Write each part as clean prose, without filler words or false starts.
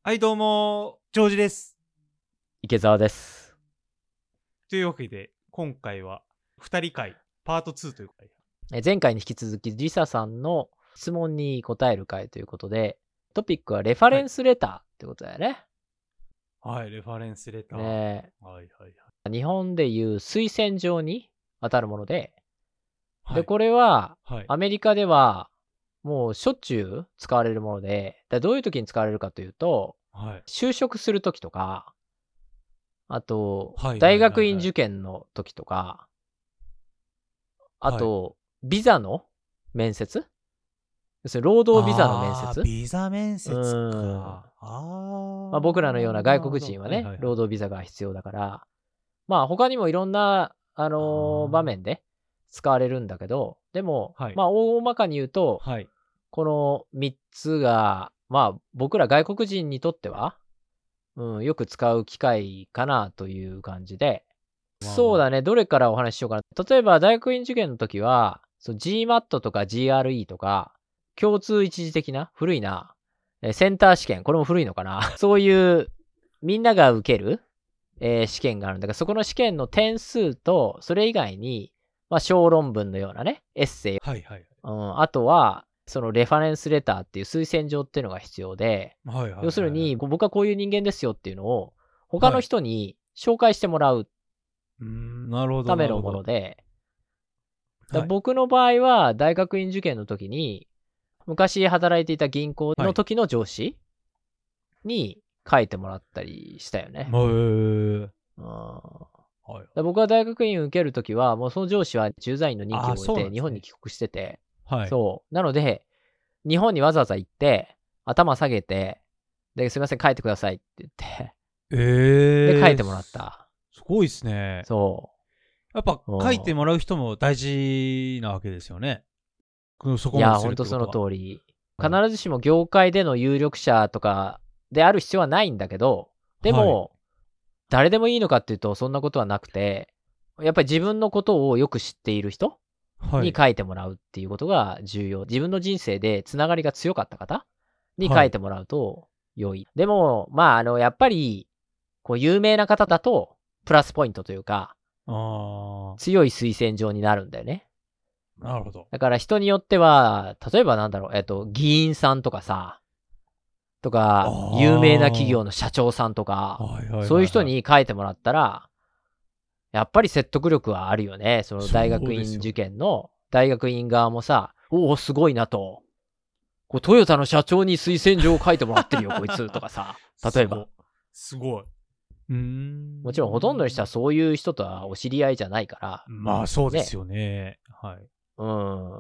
はいどうもジョージです。 池澤です。 というわけで今回は2人会パート2ということで、 前回に引き続きリサさんの質問に答える回ということで、トピックはレファレンスレターってことだよね。 はい、レファレンスレター。 ねはいはいはい。 え、日本でいう推薦状に当たるもので、で、 はいこれははいアメリカではもうしょっちゅう使われるもので、どういう時に使われるかというと、 はい。 就職する時とか、あと、 はいは大いはいはい。 学院受験の時とか、あはい。 と、ビザの面接、要するに労働ビザの面接。 ビザ面う接ーん。 か。 僕らのような外なるほど。 国人はね、 はいはいはい。 労働ビザが必要だから、他にもいろんな、場面で使われるんだけど、でも、 はい大まかに言うと、 はい。 この3つが、僕ら外国人にとっては、よく使う機会かなという感じで、 まあまあ。 そうだね、どれからお話ししようかな。例えば、大学院受験の時は、GMAT とか GRE とか、共通一時的な、古いな、センター試験、これも古いのかな。そういう、みんなが受ける、試験があるんだから、そこの試験の点数と、それ以外に、小論文のようなね、エッセイ、 はいはいあとは、そのレファレンスレターっていう推薦状っていうのが必要で、 はいはい要するに、 はいはい。 僕はこういう人間ですよっていうのを、他のはい。 人に紹介してもらうなるほどためのものなるほど。 で、 はい僕の場合は大学院受験の時に、昔働いていた銀行はい。 の時の上司に書いてもらったりしたよね。うん、 はい。 僕は大学院受ける時は、もうその上司は駐在員の任期ああ、 を終えそうなんですね。 て日本に帰国してて、 はい。 そう。なので、日本にわざわざ行って、頭下げて、で、すいません、書いてくださいって言って、で、書いてもらっすた。 ごいっすね。 そやっぱう。 書いてもらう人も大事なわけですよね。そこまでいや、ほんとそのするってことは。 通り。必はい。 ずしも業界での有力者とかである必要はないんだけど、ではい。 も、誰でもいいのかっていうと、そんなことはなくて、やっぱり自分のことをよく知っている人はい。 に書いてもらうっていうことが重要。自分の人生でつながりが強かった方に書はい。 いてもらうと良い。でも、やっぱり、有名な方だと、プラスポイントというか、 あ強い推薦状になるんだよね。 あ、なるほど。 だから人によっては、例えば議員さんとかさ、とか、有名な企業あの社長さんとあ、 か、 はいはいそういう人はいはい。 に書いてもらったら、やっぱり説得力はあるよね。その大そう学院受ですよね。 験の、大学院側もさ、おお、すごいなと。トヨタの社長に推薦状を書いてもらってるよ、こいつとかさ。例えば。 すご。すごい。 もちろんほとんどの人はそういう人とはお知り合いじゃないから、 まあ、そうですね。 よね。はい。 うん。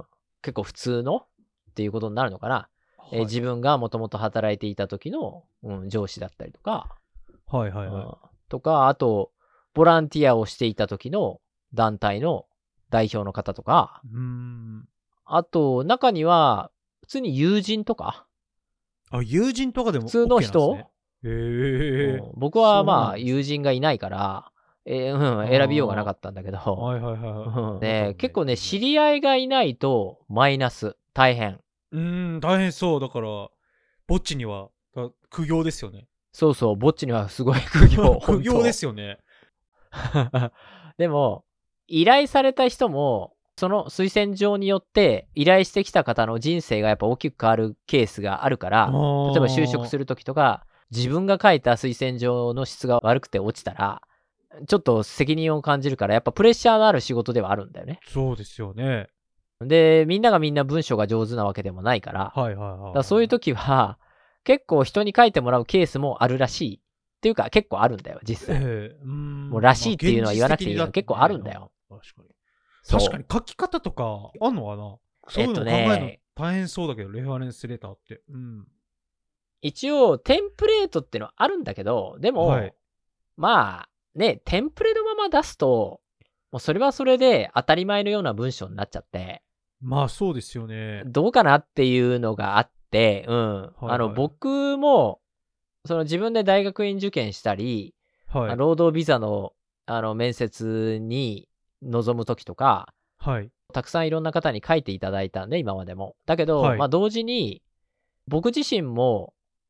結構普通のっていうことになるのかな。 はい自分がもともと働いていた時の、上司だったりとか、 はいはいはい。 うん、とか、あと、ボランティアをしていた時の団体の代表の方とか、あと、中には、普通に友人とか、 あ、友人とかでも普通の OK なんですね。 人、 へえ、 僕はそうなんですね。 友人がいないから、 あ選びようがなかあ、 ったんだけど、 はいはいはいはい。あなたのね、 結構ね、 友人は。 知り合いがいないとマイナス、大変。 大変そう。だから、ぼっちには、苦行ですよね。 そうそう、ぼっちにはすごい苦行、 苦行で本当すよね。 でも、依頼された人も、その推薦状によって依頼してきた方の人生がやっぱ大きく変わるケースがあるかあら、例えば就職あ、 するときとか、自分が書いた推薦状の質が悪くて落ちたら、ちょっと責任を感じるから、やっぱプレッシャーのある仕事ではあるんだよね。 そうですよね。 で、みんながみんな文章が上手なわけでもないから、 はいはいはいそういうはい。 時は、結構人に書いてもらうケースもあるらしい。っていうか、結構あるんだよ、実際。もうらまあ、 しいっていう現のは言わなく実的にていいの結構あだってね、 るんだよ。 確かに。確かにそう。 書き方とかあんのかな。そういうのを考えるの大変そうだけど、レファレンスレターって。 一応、テンプレートってのはあるんだけど、ではい。 も、テンプレのまま出すと、もうそれはそれで当たり前のような文章になっちゃって、 まあ、そうですよね。 どうかなっていうのがあって、 はいはいはい。 僕も、その自分で大学院受験したり、 はい。 労働ビザの、面接に臨む時とか、 はい。 たくさんいろんな方に書いていただいたんで、今までも。だけど、 はい。 同時に、僕自身も、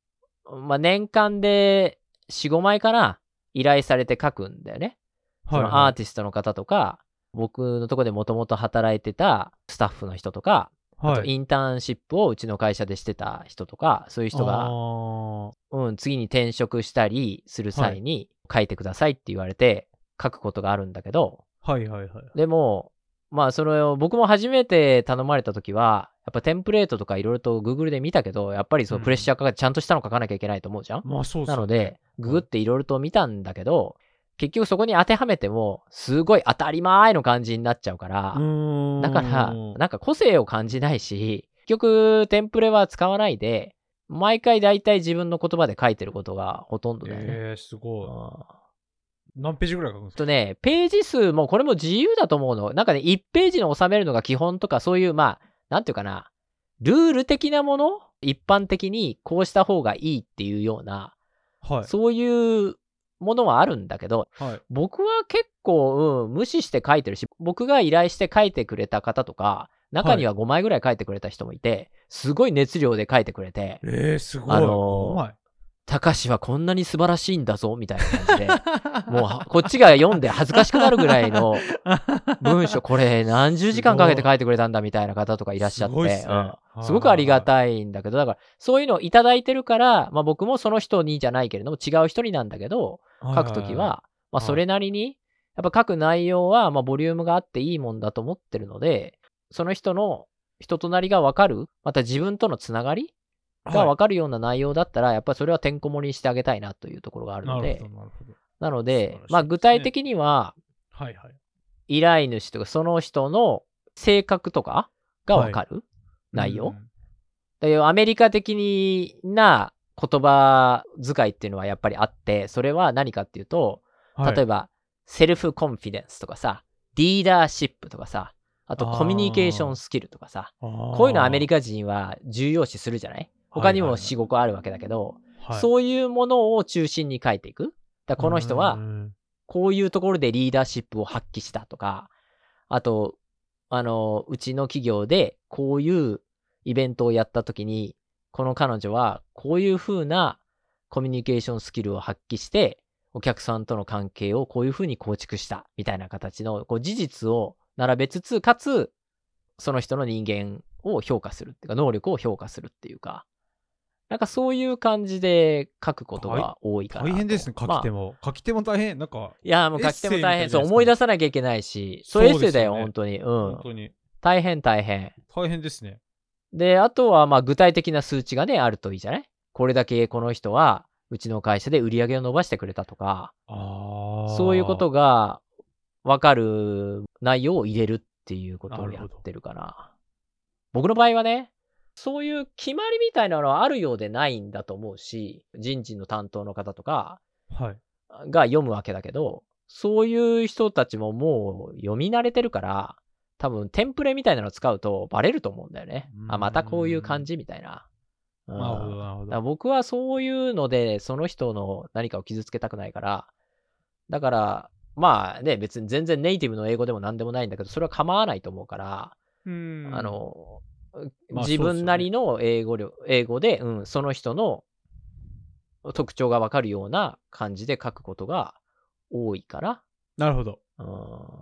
まあ、年間で4、5枚かな、依頼されて書くんだよね。そはいのアはい。 ーティストの方とか、僕のとこでもともと働いてたスタッフの人とか、あとはい。 インターンシップをうちの会社でしてた人とか、そういう人が、次に転職したりするはい。 際に書いてくださいって言われて書くことがあるんだけど、 はいはいはい。 でも、まあそれを僕も初めて頼まれた時は、やっぱテンプレートとかいろいろと Google で見たけど、やっぱりそうプレッシャーかかってちゃんとしたの書かなきゃいけないと思うじゃん。 まあそうっすよね。 なので、ググはい。 っていろいろと見たんだけど、結局そこに当てはめても、すごい当たり前の感じになっちゃうかうら、だから、 ーん。 なんか個性を感じないし、結局テンプレは使わないで、毎回だいたい自分の言葉で書いてることがほとんどだよね。 すごい。 うん何ページぐらい書くんですか？ ページ数もこれも自由だと思うの。なんかね、1ページに収めるのが基本とか、そういう、まあ、なんていうかな、ルール的なもの一般的にこうした方がいいっていうような、 はい。 そういうものはあるんだけど、 はい。 僕は結構、無視して書いてるし、僕が依頼して書いてくれた方とか、中はい。 には5枚ぐらい書いてくれた人もいて、すごい熱量で書いてくれて、 すごい。 あ 5 の枚。 たかしはこんなに素晴らしいんだぞ、みたいな感じで、もうこっちが読んで恥ずかしくなるぐらいの文章、これ何十時間かけて書いてくれたんだみたいな方とかいらっしゃすごいっって、 すね。 すごくありがい。 たいんだけど、だからそういうのをいただいてるから、まあ僕もその人にじゃないけれども違う人になんだけど、書くときは、まあそれなりに、やっぱ書く内容は、まあボリュームがあっていいもんだと思ってるので、その人の人となりがわかる、また自分とのつながりがはい。 分かるような内容だったら、やっぱりそれはてんこ盛りにしてあげたいなというところがあるのなるほど、 で、 なるほど。 なので、 素晴らしまあいですね。 具体的には、 はいはい。 依頼主とかその人の性格とかがはい。 分かるう内容。 ん。 で、アメリカ的な言葉遣いっていうのはやっぱりあって、それは何かっていうと、 はい。 例えば、セルフコンフィデンスとかさ、リーダーシップとかさ、あとコミュニケーションあスキルとかさ、 あ。 こういうのアメああ。 リカ人は重要視するじゃない？他にもはいはいはい。 4、5個あるわけだけど、 はい。 そういうものを中心に書いていく。この人は、 ん。 こういうところでリーダーシップを発揮したとか、あと、うちの企業でこういうイベントをやった時に、この彼女はこういう風なコミュニケーションスキルを発揮して、お客さんとの関係をこういう風に構築したみたいな形のこう事実を並べつつ、かつ、その人の人間を評価するっていうか、能力を評価するっていうか、なんかそういう感じで書くことが多いかなと。 大変ですね、書まあ、 き手も。書き手も大変。なんか、 いや、もうエッ書き手もセイみ大変。そう、 たいじゃないですか、もう。 思い出さなきゃいけないし、そうエッそうでセイだよ、 すよね。 本当に。うん。 本当に。 大変大変。 大変ですね。 で、あとは、まあ、具体的な数値がね、あるといいじゃない？これだけこの人は、うちの会社で売り上げを伸ばしてくれたとか、そういうこああ。 とが分かる内容を入れるっていうことをなるほど。 やってるかな。僕の場合はね、そういう決まりみたいなのはあるようでないんだと思うし、人事の担当の方とかはい。 が読むわけだけど、そういう人たちももう読み慣れてるから、多分テンプレみたいなの使うとバレると思うんだよね。 うーあ、またこういう感ん。 じみたいな。うん。 なるほどなるほど。 僕はそういうので、その人の何かを傷つけたくないから、だから、まあね、別に全然ネイティブの英語でも何でもないんだけど、それは構わないと思うから、 うーあん。 の、 まあ、 自分そうっすよね。 なりの英語で、その人の特徴がわかるような感じで書くことが多いかな。 なるほど。 うん。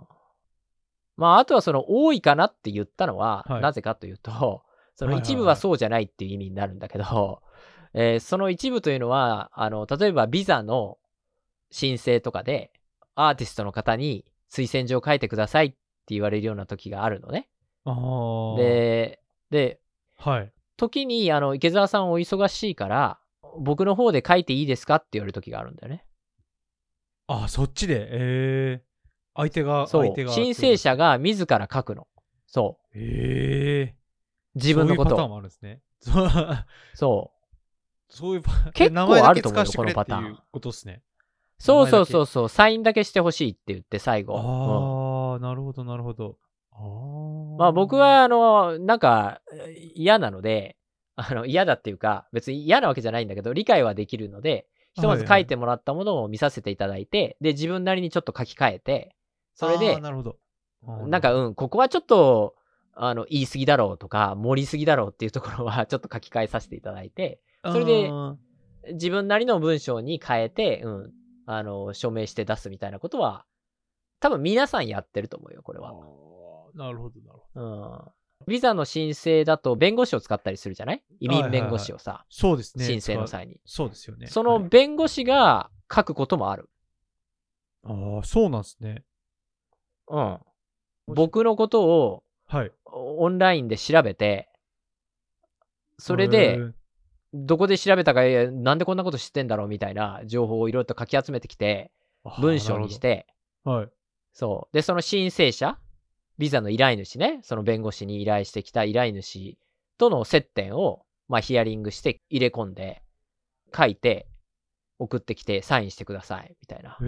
まあ、あとはその多いかなって言ったのは、 はい。 なぜかというと、そのはいはい一部ははい。 そうじゃないっていう意味になるんだけど、その一部というのは、例えばビザの申請とかで、アーティストの方に推薦状を書いてくださいって言われるような時があるのね。 ああ。 で、 はい。 時に、池澤さんお忙しいから、僕の方で書いていいですかって言われる時があるんだよね。 あ、そっちで。相そう。 手がっ申てことですか？ 請者が自ら書くの。そう。 ええ。 自そういうパターン分のことを。 もあるんですね。そう、 そう。 そういう結名前だけ構あると思うよ、 使わせてくれっこのパターン。 ていうことっすね。名そう前だけ。 そうそうそう、サインだけしてほしいって言って最後。うん。 ああ、なるほどなるほど。あまあ僕あ。 はなんか、嫌なので、嫌だっていうか、別に嫌なわけじゃないんだけど、理解はできるので、ひとまず書はいはい。 いてもらったものを見させていただいて、で、自分なりにちょっと書き換えて、それああ、 で、 なるほど。ああ、ななんか、 るほど。 ここはちょっと、言い過ぎだろうとか、盛りすぎだろうっていうところはちょっと書き換えさせていただいて、それで、 ああ。 自分なりの文章に変えて、署名して出すみたいなことは、多分皆さんやってると思うよ、これは。 なるほど、なるほど。 ビザの申請だと弁護士を使ったりするじゃない？移民弁護士をさ、 そうですね。 申請の際に。 そうですよね。 その弁護士が書くこともある。 ああ、そうなんですね。 僕のことをオンラインで調べて、それで、どこで調べたか、なんでこんなこと知ってんだろうみたいな情報をいろいろとかき集めてきて、文章にして、そう。で、その申請者、ビザの依頼主ね、その弁護士に依頼してきた依頼主との接点を、ヒアリングして入れ込んで、書いて、送ってきて、サインしてください、みたいな。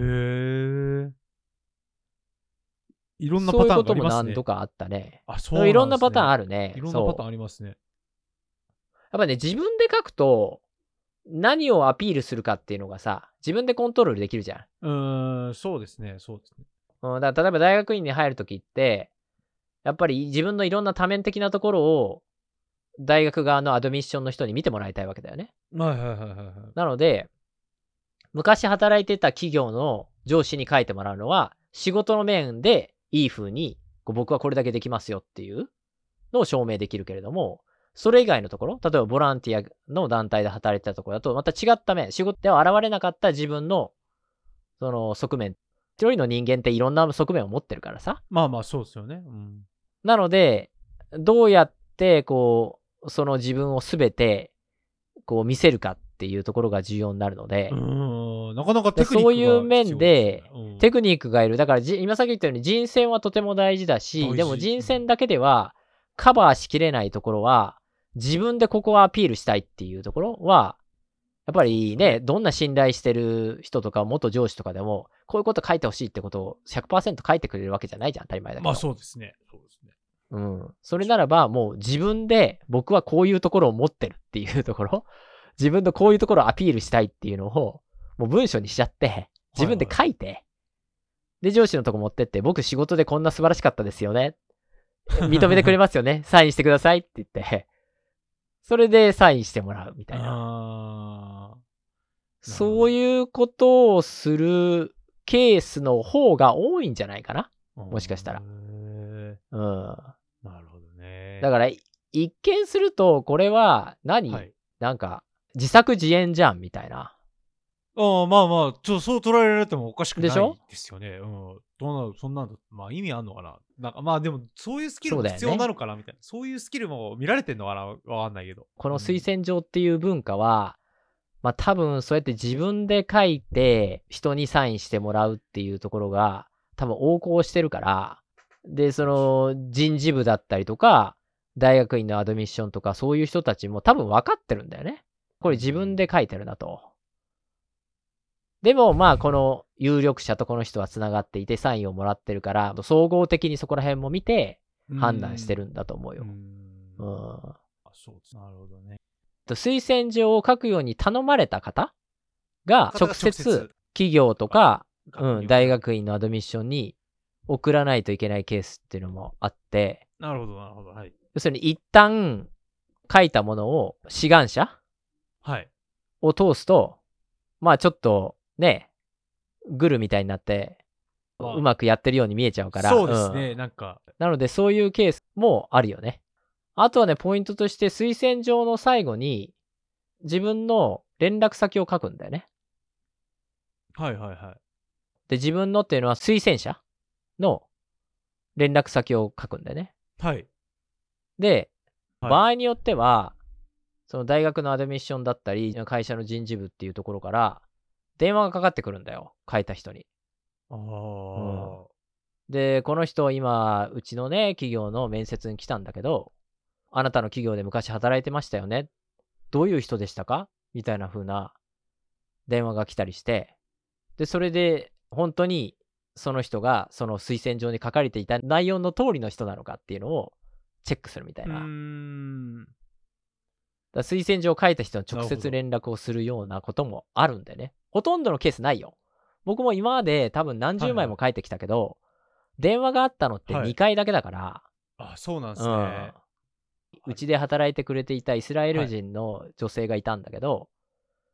いろんなパターンがありますね。 そういうことも何度かあったね。 あ、そうなんですね。 いろんなパターンあるね。 いろんなパターンありますね。 やっぱね、自分で書くと、何をアピールするかっていうのがさ、自分でコントロールできるじゃん。そうですね、そうですね。 だから例えば大学院に入るときって、やっぱり自分のいろんな多面的なところを、大学側のアドミッションの人に見てもらいたいわけだよね。なので、昔働いてた企業の上司に書いてもらうのは、仕事の面でいい風に、僕はこれだけできますよっていうのを証明できるけれども、それ以外のところ、例えばボランティアの団体で働いてたところだと、また違った面、仕事では現れなかった自分の、その側面。一人の人間っていろんな側面を持ってるからさ。 そうですよね。 なので、どうやって、その自分をすべて、見せるかっていうところが重要になるので、 なかなかテクニックが必要ですね。 そういう面で、テクニックがいる。だから今さっき言ったように人選はとても大事だし、でも人選だけではカバーしきれないところは、自分でここはアピールしたいっていうところは、やっぱりね、どんな信頼してる人とか元上司とかでも、こういうこと書いてほしいってことを 100% 書いてくれるわけじゃないじゃん、当たり前だけど。 そうですね。そうですね。 それならば、もう自分で僕はこういうところを持ってるっていうところ、自分のこういうところをアピールしたいっていうのを、もう文章にしちゃって、自分で書いて、で、上司のとこ持ってって、僕仕事でこんな素晴らしかったですよね。認めてくれますよね。サインしてくださいって言って、それでサインしてもらうみたいな。そういうことをするケースの方が多いんじゃないかな。もしかしたら。なるほどね。 だから、一見すると、これはなんか、自作自演じゃんみたいな。 そう捉えられてもおかしくないですよね。そんなの、意味あんのかな。なんかでも、そういうスキルも必要なのかなみたいな。そういうスキルも見られてんのかなわかんないけど。 この推薦状っていう文化は、多分そうやって自分で書いて人にサインしてもらうっていうところが多分横行してるから、で、その人事部だったりとか、大学院のアドミッションとかそういう人たちも多分分かってるんだよね。これ自分で書いてるなと。でもこの有力者とこの人は繋がっていてサインをもらってるから、総合的にそこら辺も見て判断してるんだと思うよ。 そうです。なるほどね。 推薦状を書くように頼まれた方が直接企業とか、大学院のアドミッションに送らないといけないケースっていうのもあって、 なるほど、なるほど。はい。 要するに一旦書いたものを志願者を通すと、ちょっとね、グルみたいになって、うまくやってるように見えちゃうから。 そうですね、なのでそういうケースもあるよね。あとはね、ポイントとして推薦状の最後に自分の連絡先を書くんだよね。で、自分のっていうのは推薦者の連絡先を書くんだよね。で、場合によっては、その大学のアドミッションだったり、会社の人事部っていうところから、電話がかかってくるんだよ。書いた人に。で、この人今、うちのね、企業の面接に来たんだけど、あなたの企業で昔働いてましたよね。どういう人でしたかみたいな風な電話が来たりして、で、それで本当にその人がその推薦状に書かれていた内容の通りの人なのかっていうのをチェックするみたいな。だ推薦状を書いた人に直接連絡をするようなこともあるんでね。ほとんどのケースないよ。僕も今まで多分何十枚も書いてきたけど、電話があったのって2回だけだから。 そうなんですね。 うちで働いてくれていたイスラエル人の女性がいたんだけど、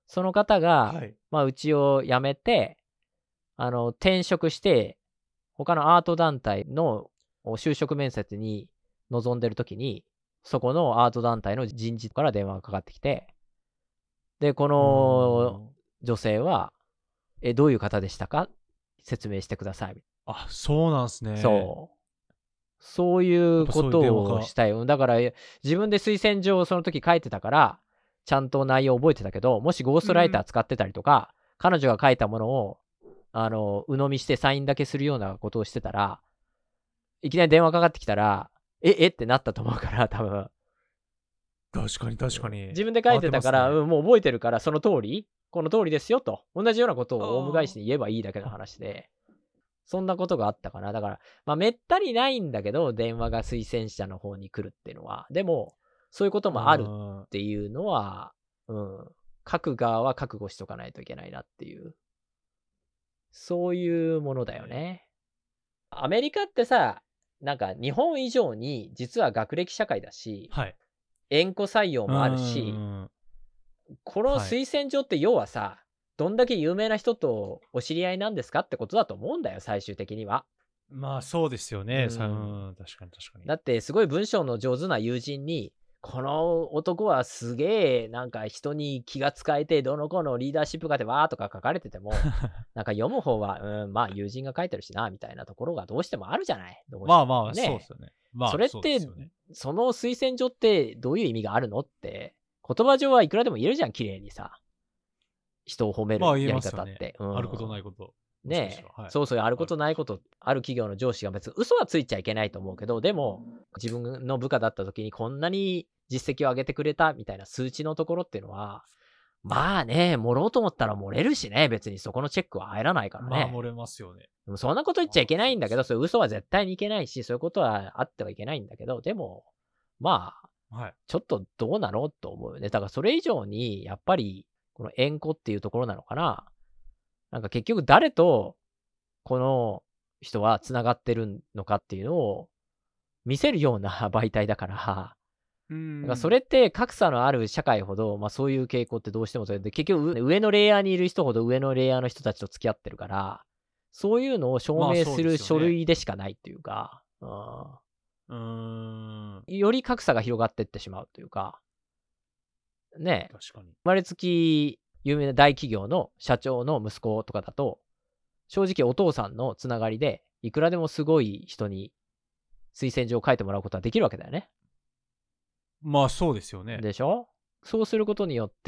その方が、 はい。 まあ、うちを辞めて、転職して、他のアート団体の就職面接に臨んでる時に、そこのアート団体の人事から電話がかかってきて、で、こうーのん。 女性は、どういう方でしたか？説明してください。 あ、そうなんすね。 そう。そういうこやっぱそういう電話がとをしたよ。だから、自分で推薦状をその時書いてたから、ちゃんと内容覚えてたけど、もしゴーストライター使ってたりとか、彼女が書いたものを、鵜呑みしてサインだけするようなことをしてたら、いきなり電話かかってきたら、ってなったと思うから、多分。 確かに確かに。 自分で書いてたから、 慌てますね。 もう覚えてるから、その通り、この通りですよと、同じようなことをオウム返しあに言えばいいだけのあ。 話で、そんなことがあったかな。だから、まあ、めったにないんだけど、電話が推薦者の方に来るっていうのは。でも、そういうことうもあるーん。 っていうのは、書く側は覚悟しとかないといけないなっていう、そういうものだよね。アメリカってさ、なんか日本以上に実は学歴社会だし、 はい。 縁故採用うーもあるし、 ん。 このはい。 推薦状って要はさ、どんだけ有名な人とお知り合いなんですかってことだと思うんだよ、最終的には。 まあ、そうですようね。 ん。 確かに確かに。 だってすごい文章の上手な友人に、この男はすげえなんか人に気が使えてどの子のリーダーシップがあってわーとか書かれてても、なんか読む方は、まあ友人が書いてるしな、みたいなところがどうしてもあるじゃない。どうしても。 まあまあ、そうでねすよね。 そまあ、そうでれって、 すよね。 その推薦状ってどういう意味があるのって、言葉上はいくらでも言えるじゃん、綺麗にさ。人を褒めまあ、言えるやりますよね。 方って。 あることないこと。もしかしたねら、はい。 そうそう、あるこあるとないこと、 かもしれない。 ある企業の上司が別に嘘はついちゃいけないと思うけど、でも、自分の部下だった時にこんなに実績を上げてくれたみたいな数値のところっていうのは、まあね、盛ろうと思ったら盛れるしね、別にそこのチェックは入らないからまあ、 ね。 漏れますよね。 でもそんなこと言っちゃいまあ、 けないんだけど、 そうですよ。 そういう嘘は絶対にいけないし、そういうことはあってはいけないんだけど、でも、まあ、 はい。 ちょっとどうなのと思うよね。だからそれ以上に、やっぱり、この縁故っていうところなのかな。なんか結局誰とこの人は繋がってるのかっていうのを見せるような媒体だから、 うーなんかそん。 れって格差のある社会ほど、ま、そういう傾向ってどうしてもそれで、結局上のレイヤーにいる人ほど上のレイヤーの人たちと付き合ってるから、そういうのを証まあ、 明そうする書ですよね。 類でしかないっていうか、 うーん。 より格差が広がってってしまうというか、ね、 確かに。 生まれつき有名な大企業の社長の息子とかだと、正直お父さんのつながりで、いくらでもすごい人に推薦状を書いてもらうことはできるわけだよね。 まあ、そうですよね。 でしょ？そうすることによって、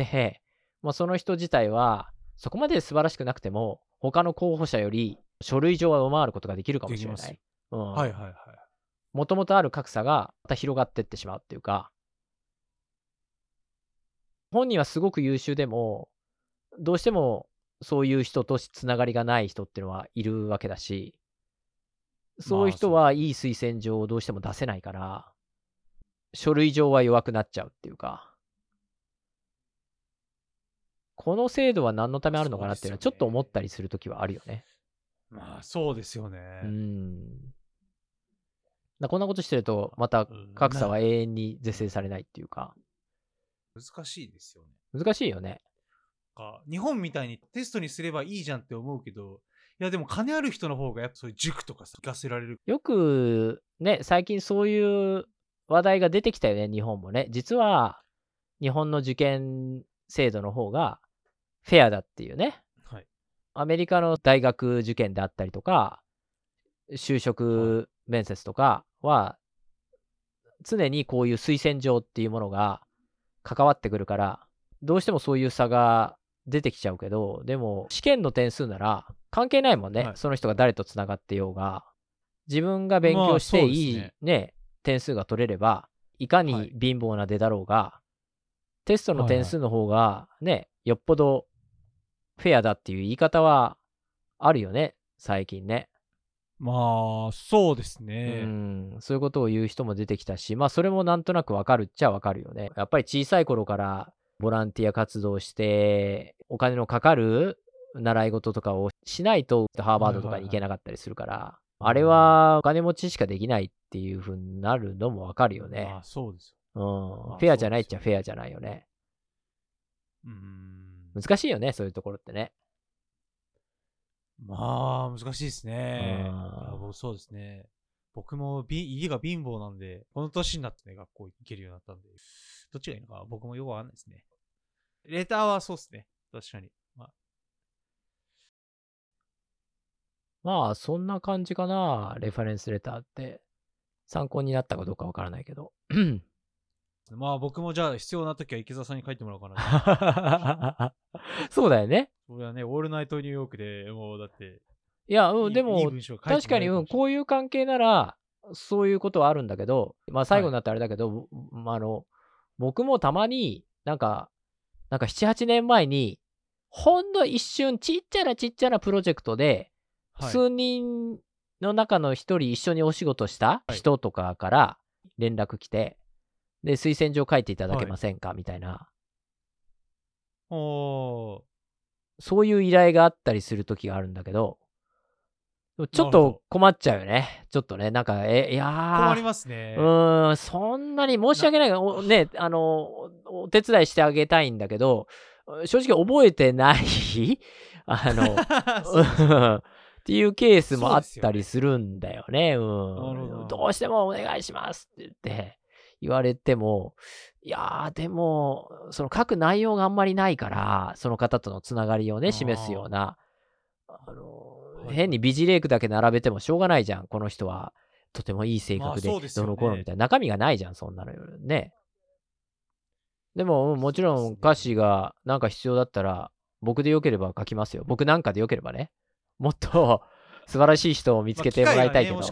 まあ、その人自体は、そこまで素晴らしくなくても、他の候補者より書類上は上回ることができるかもできます。 しれない。うん。 はいはいはい。 もともとある格差がまた広がってってしまうっていうか、本人はすごく優秀でも、どうしてもそういう人とつながりがない人っていうのはいるわけだし、そういうまあ、 人そうですよね。 はいい推薦状をどうしても出せないから、書類上は弱くなっちゃうっていうか、この制度は何のたまあ、 めあるのかなっていうのはそうですよちょっと思っね。 たりするときはあるよね。 まあ、そうですようーね。 ん。こんなことしてると、またうん、 格差は永遠に是正されないっていうか、 難しいですよね。 難しいよね。 日本みたいにテストにすればいいじゃんって思うけど、いやでも金ある人の方がやっぱそういう塾とかさ、行かせられる。 よくね、最近そういう話題が出てきたよね、日本もね。実は、日本の受験制度の方がフェアだっていうね。 はい。 アメリカの大学受験であったりとか、就はい。 職面接とかは、常にこういう推薦状っていうものが関わってくるから、どうしてもそういう差が出てきちゃうけど、でも試験の点数なら関係ないもんね。 はい。 その人が誰と繋がってようが。自分が勉まあ、 強してそうですね。 いいね、点数が取れれば、いかはい。 に貧乏な出だろうが、テストのはいはい。 点数の方がね、よっぽどフェアだっていう言い方はあるよね、最近ね。 まあ、そうですね。 そういうことを言う人も出てきたし、まあそれもなんとなくわかるっちゃわかるよね。やっぱり小さい頃からボランティア活動して、お金のかかる習い事とかをしないと、ハーバードとかに行はいはいはい。 けなかったりするから、 うあれん。 はお金持ちしかできないっていう風になるのもわかるよね。 まあ、そうですよ。 フまあ、 ェアじゃそうないっちゃフェアですよね。 じゃないよね。 うん。 難しいよね、そういうところってね。 まあ、難しいですね。そうですね。僕も家が貧乏なんで、この年になってね、学校行けるようになったんで、どっちがいいのか僕もよくわかんないですね。レターはそうですね。確かに。 まあ、そんな感じかな、レファレンスレターって。参考になったかどうかわからないけど。 まあ僕もじゃあ必要な時は池澤さんに書いてもらおうかな。 そうだよね。 それはね、オールナイトニューヨークでもうだって、 いや、でいいも、 文章書いて確かに、 もらえるかもしれない。 こういう関係なら、そういうことはあるんだけど、まあ最後になってあれだけど、僕もたまになんか7、8年前に、ほんの一瞬ちっちゃなプロジェクトで、数人の中の一人一緒にお仕事した人とかから連絡来て、で、推薦状書いていただけませんかみたいな。そういう依頼があったりする時があるんだけど、ちょっと困っちゃうよね。ちょっとね、なんか、いやー。 困りますね。 そんなに申し訳ないが、ね、お手伝いしてあげたいんだけど、正直覚えてないっていうケースもあったりするんだよね。どうしてもお願いしますって言われても、いやー、でも、その書く内容があんまりないから、その方とのつながりをね、示すような、変に美辞麗句だけ並べてもしょうがないじゃん。この人はとてもいい性格で、どの頃みたいな。中身がないじゃん、そんなのね。でも、もちろん歌詞がなんか必要だったら、僕でよければ書きますよ。僕なんかでよければね。もっと素晴らしい人を見つけてもらいたいけど。 なか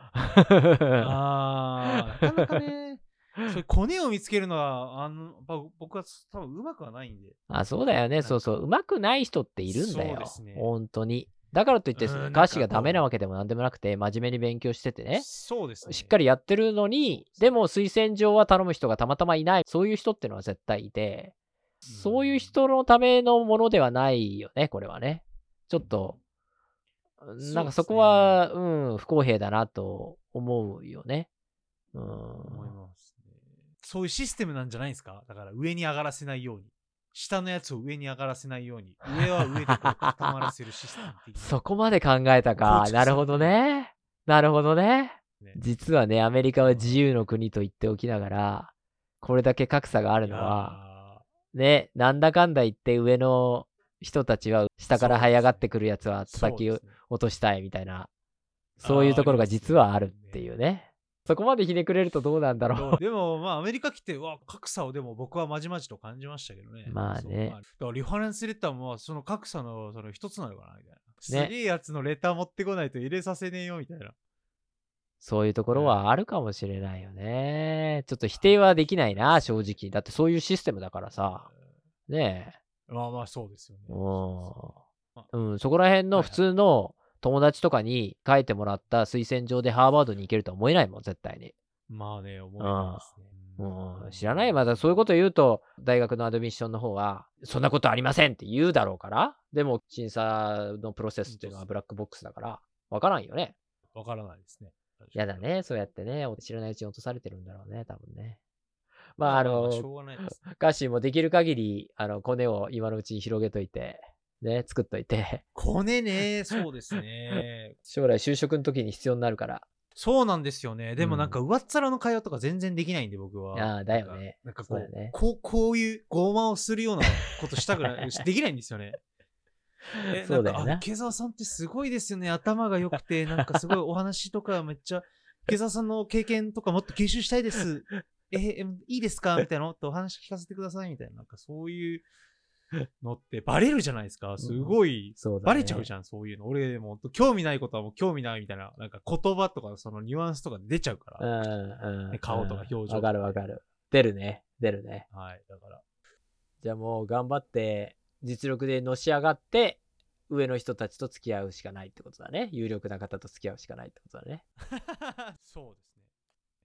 なかね、そういうコネを見つけるのは、僕は多分うまくはないんで。 そうだよね。そうそう。うまくない人っているんだよ。本当に。だからといって歌詞がダメなわけでもなんでもなくて、真面目に勉強しててね。 そうですね。 しっかりやってるのに、でも推薦状は頼む人がたまたまいない。そういう人ってのは絶対いて、そういう人のためのものではないよね、これはね。ちょっと、なんかそこは、不公平だなと思うよね。 思いますね。そういうシステムなんじゃないですか？だから上に上がらせないように。下のやつを上に上がらせないように。上は上でこう固まらせるシステム的な。 そこまで考えたか。なるほどね。なるほどね。実はね、アメリカは自由の国と言っておきながら、これだけ格差があるのは、ね、なんだかんだ言って上の人たちは下から這い上がってくるやつは叩き落としたいみたいな、そういうところが実はあるっていうね。そこまでひねくれるとどうなんだろう。 でもまあアメリカ来て、格差をでも僕はまじまじと感じましたけどね。 まあね。 だからリファレンスレターもその格差のその一つなのかなみたいな。すげえやつのレター持ってこないと入れさせねえよみたいな。 そういうところはあるかもしれないよね。ちょっと否定はできないな、正直。だってそういうシステムだからさ。ねえ。まあそうですよね。 そこら辺の普通の友達とかに書いてもらった推薦状でハーバードに行けるとは思えないもん、絶対に。 まあね、思いますね。知らない。まだそういうこと言うと、大学のアドミッションの方は、そんなことありませんって言うだろうから。でも、審査のプロセスっていうのはブラックボックスだから、わからんよね。 わからないですね。 やだね、そうやってね、知らないうちに落とされてるんだろうね、多分ね。 しょうがないです。 ガッシーもできる限り、コネを今のうちに広げといて、ね、作っといて。 コネね、そうですね。 将来就職の時に必要になるから。 そうなんですよね。でもなんか上っ面の会話とか全然できないんで僕は。 だよね。 なんかこういう傲慢をするようなことしたくない、できないんですよね。そうだよね。池澤さんってすごいですよね。頭が良くて、なんかすごいお話とかめっちゃ、池澤さんの経験とかもっと吸収したいです。いいですかみたいなのってお話聞かせてくださいみたいな。なんかそういうのってバレるじゃないですか。すごい、バレちゃうじゃん、そういうの。俺も興味ないことはもう興味ないみたいな、なんか言葉とかそのニュアンスとか出ちゃうから。顔とか表情。 わかるわかる。出るね。 はい、だから。 じゃあもう頑張って、実力でのし上がって、上の人たちと付き合うしかないってことだね。有力な方と付き合うしかないってことだね。 そうですね。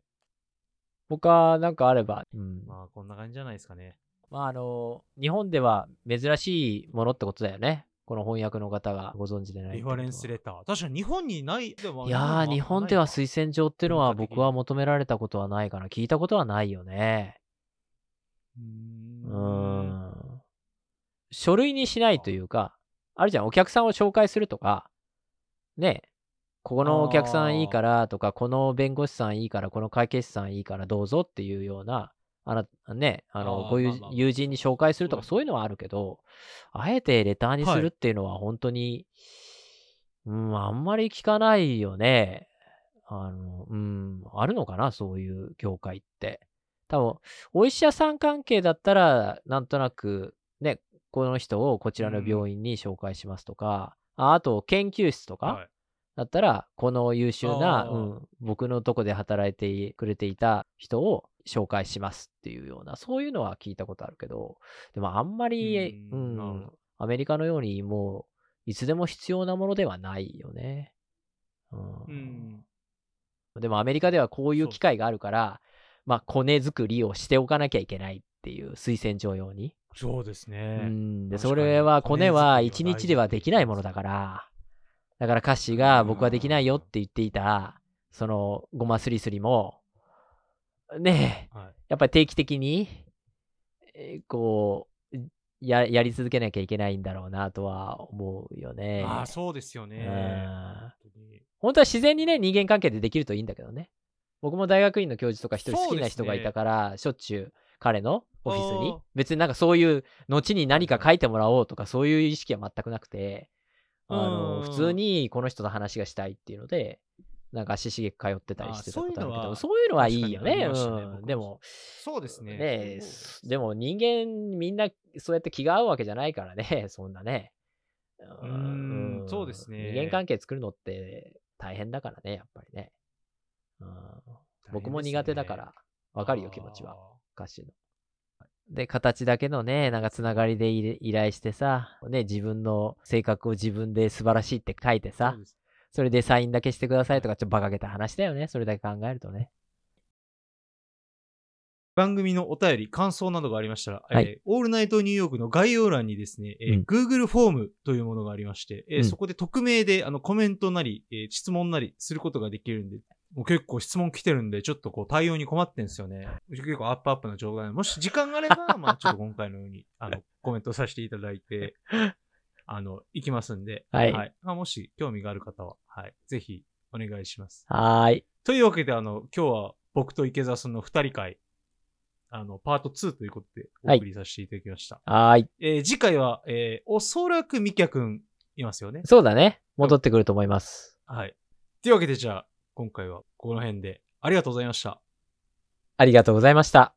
他なんかあれば。 まあこんな感じじゃないですかね。 まあ日本では珍しいものってことだよね。この翻訳の方がご存知でない。 リファレンスレター。確かに日本にない。 いやー、日本では推薦状ってのは僕は求められたことはないかな。聞いたことはないよね。 書類にしないというか、あるじゃん、お客さんを紹介するとか、ね、ここのお客さんいいからとか、この弁護士さんいいから、この会計士さんいいからどうぞっていうような、ご友人に紹介するとか、そういうのはあるけど、あえてレターにするっていうのは本当に、あんまり聞かないよね。あるのかな、そういう業界って。多分、お医者さん関係だったら、なんとなく、ね、この人をこちらの病院に紹介しますとか、あと、研究室とかだったら、この優秀な、僕のとこで働いてくれていた人を紹介しますっていうような、そういうのは聞いたことあるけど、でもあんまり、アメリカのようにもう、いつでも必要なものではないよね。でもアメリカではこういう機会があるから、コネ作りをしておかなきゃいけないっていう推薦状用に。 そうですね。 で、それは、コネは1日ではできないものだから、だからカッシーが僕はできないよって言っていた、そのゴマスリスリも、ねえ、やっぱり定期的に、こう、やり続けなきゃいけないんだろうなとは思うよね。 そうですよね。 本当は自然にね、人間関係でできるといいんだけどね。僕も大学院の教授とか一人好きな人がいたから、しょっちゅう彼のオフィスに、別になんかそういう、後に何か書いてもらおうとかそういう意識は全くなくて、普通にこの人と話がしたいっていうので、なんか足しげく通ってたりしてたことあるけど、そういうのはいいよね。でも、 そうですね。 ね、でも人間みんなそうやって気が合うわけじゃないからね、そんなね。 そうですね。 人間関係作るのって大変だからね、やっぱりね。僕も苦手だからわかるよ、気持ちは。歌詞の。で、形だけのね、なんかつながりで依頼してさ、ね、自分の性格を自分で素晴らしいって書いてさ、それでサインだけしてくださいとか、ちょっと馬鹿げた話だよね。それだけ考えるとね。 番組のお便り、感想などがありましたら、オールナイトニューヨークの概要欄にですね、Google フォームというものがありまして、そこで匿名でコメントなり、質問なりすることができるんで、もう結構質問来てるんで、ちょっとこう対応に困ってんですよね。結構アップな状態で、もし時間があれば、ちょっと今回のように、コメントさせていただいて、行きますんで、もし興味がある方は、ぜひお願いします。というわけで、今日は僕と池澤さんの2人会、パート2ということでお送りさせていただきました。次回は、おそらくミキヤくんいますよね。 そうだね。戻ってくると思います。 というわけで、じゃあ、今回はこの辺でありがとうございました。 ありがとうございました。